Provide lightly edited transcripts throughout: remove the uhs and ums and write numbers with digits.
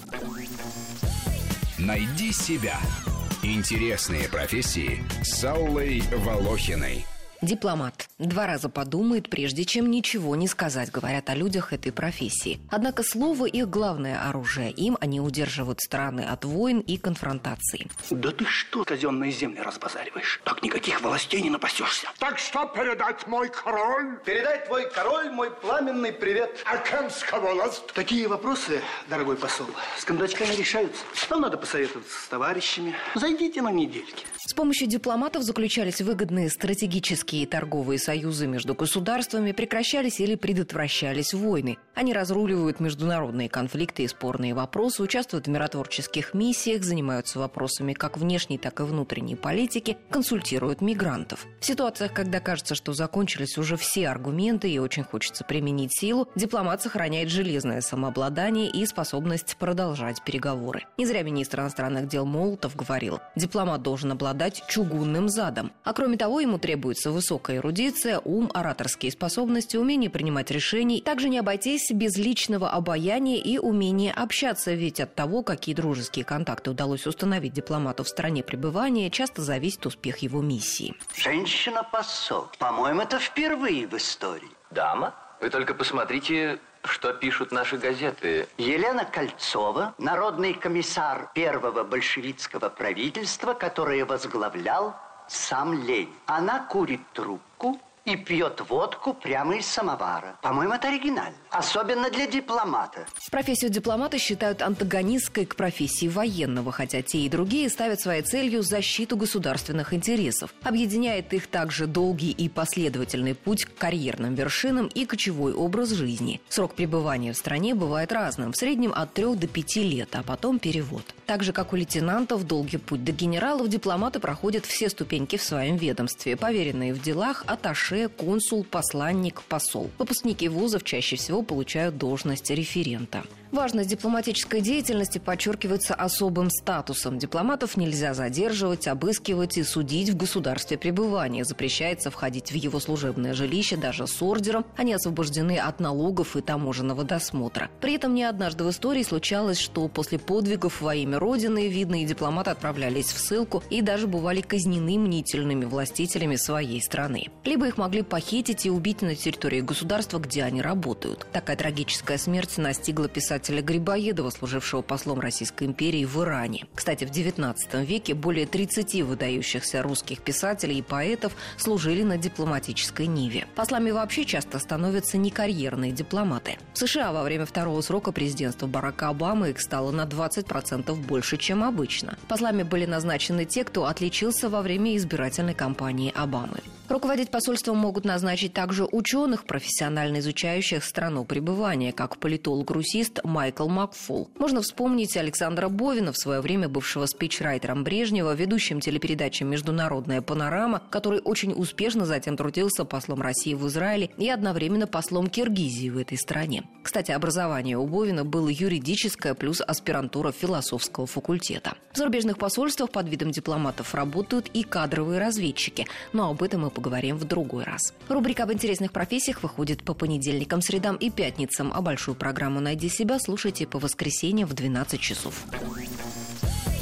Найди себя. Интересные профессии с Аллой Волохиной. Дипломат 2 раза подумает, прежде чем ничего не сказать, говорят о людях этой профессии. Однако слово их главное оружие. Им они удерживают страны от войн и конфронтаций. Да ты что, казенные земли разбазариваешь? Так никаких властей не напасешься. Так что передать мой король? Передай твой король мой пламенный привет. А кемская волость? Такие вопросы, дорогой посол, с кондачками решаются. Нам надо посоветоваться с товарищами. Зайдите на недельки. С помощью дипломатов заключались выгодные стратегические и торговые союзы между государствами, прекращались или предотвращались войны. Они разруливают международные конфликты и спорные вопросы, участвуют в миротворческих миссиях, занимаются вопросами как внешней, так и внутренней политики, консультируют мигрантов. В ситуациях, когда кажется, что закончились уже все аргументы и очень хочется применить силу, дипломат сохраняет железное самообладание и способность продолжать переговоры. Не зря министр иностранных дел Молотов говорил: дипломат должен обладать чугунным задом. А кроме того, ему требуется высокая эрудиция, ум, ораторские способности, умение принимать решения. Также не обойтись без личного обаяния и умения общаться, ведь от того, какие дружеские контакты удалось установить дипломату в стране пребывания, часто зависит успех его миссии. Женщина-посол. По-моему, это впервые в истории. Дама? Вы только посмотрите, что пишут наши газеты. Елена Кольцова, народный комиссар первого большевистского правительства, которое возглавлял сам Ленин. Она курит трубку и пьет водку прямо из самовара. По-моему, это оригинально. Особенно для дипломата. Профессию дипломата считают антагонистской к профессии военного, хотя те и другие ставят своей целью защиту государственных интересов. Объединяет их также долгий и последовательный путь к карьерным вершинам и кочевой образ жизни. Срок пребывания в стране бывает разным, в среднем от 3 до 5 лет, а потом перевод. Так же, как у лейтенантов долгий путь до генералов, дипломаты проходят все ступеньки в своем ведомстве, поверенные в делах, атташе, консул, посланник, посол. Выпускники вузов чаще всего получают должность референта. Важность дипломатической деятельности подчеркивается особым статусом. Дипломатов нельзя задерживать, обыскивать и судить в государстве пребывания. Запрещается входить в его служебное жилище даже с ордером. Они освобождены от налогов и таможенного досмотра. При этом не однажды в истории случалось, что после подвигов во имя Родины видные дипломаты отправлялись в ссылку и даже бывали казнены мнительными властителями своей страны. Либо их могли похитить и убить на территории государства, где они работают. Такая трагическая смерть настигла писателя Грибоедова, служившего послом Российской империи в Иране. Кстати, в XIX веке более 30 выдающихся русских писателей и поэтов служили на дипломатической ниве. Послами вообще часто становятся некарьерные дипломаты. В США во время второго срока президентства Барака Обамы их стало на 20% больше, чем обычно. Послами были назначены те, кто отличился во время избирательной кампании Обамы. Руководить посольством могут назначить также ученых, профессионально изучающих страну пребывания, как политолог-русист Майкл Макфол. Можно вспомнить Александра Бовина, в свое время бывшего спичрайтером Брежнева, ведущим телепередачи «Международная панорама», который очень успешно затем трудился послом России в Израиле и одновременно послом Киргизии в этой стране. Кстати, образование у Бовина было юридическое плюс аспирантура философского факультета. В зарубежных посольствах под видом дипломатов работают и кадровые разведчики, но об этом мы поговорим в другой раз. Рубрика об интересных профессиях выходит по понедельникам, средам и пятницам, а большую программу «Найди себя» слушайте по воскресеньям в 12 часов.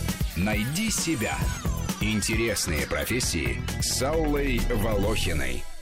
Найди себя. Интересные профессии с Аллой Волохиной.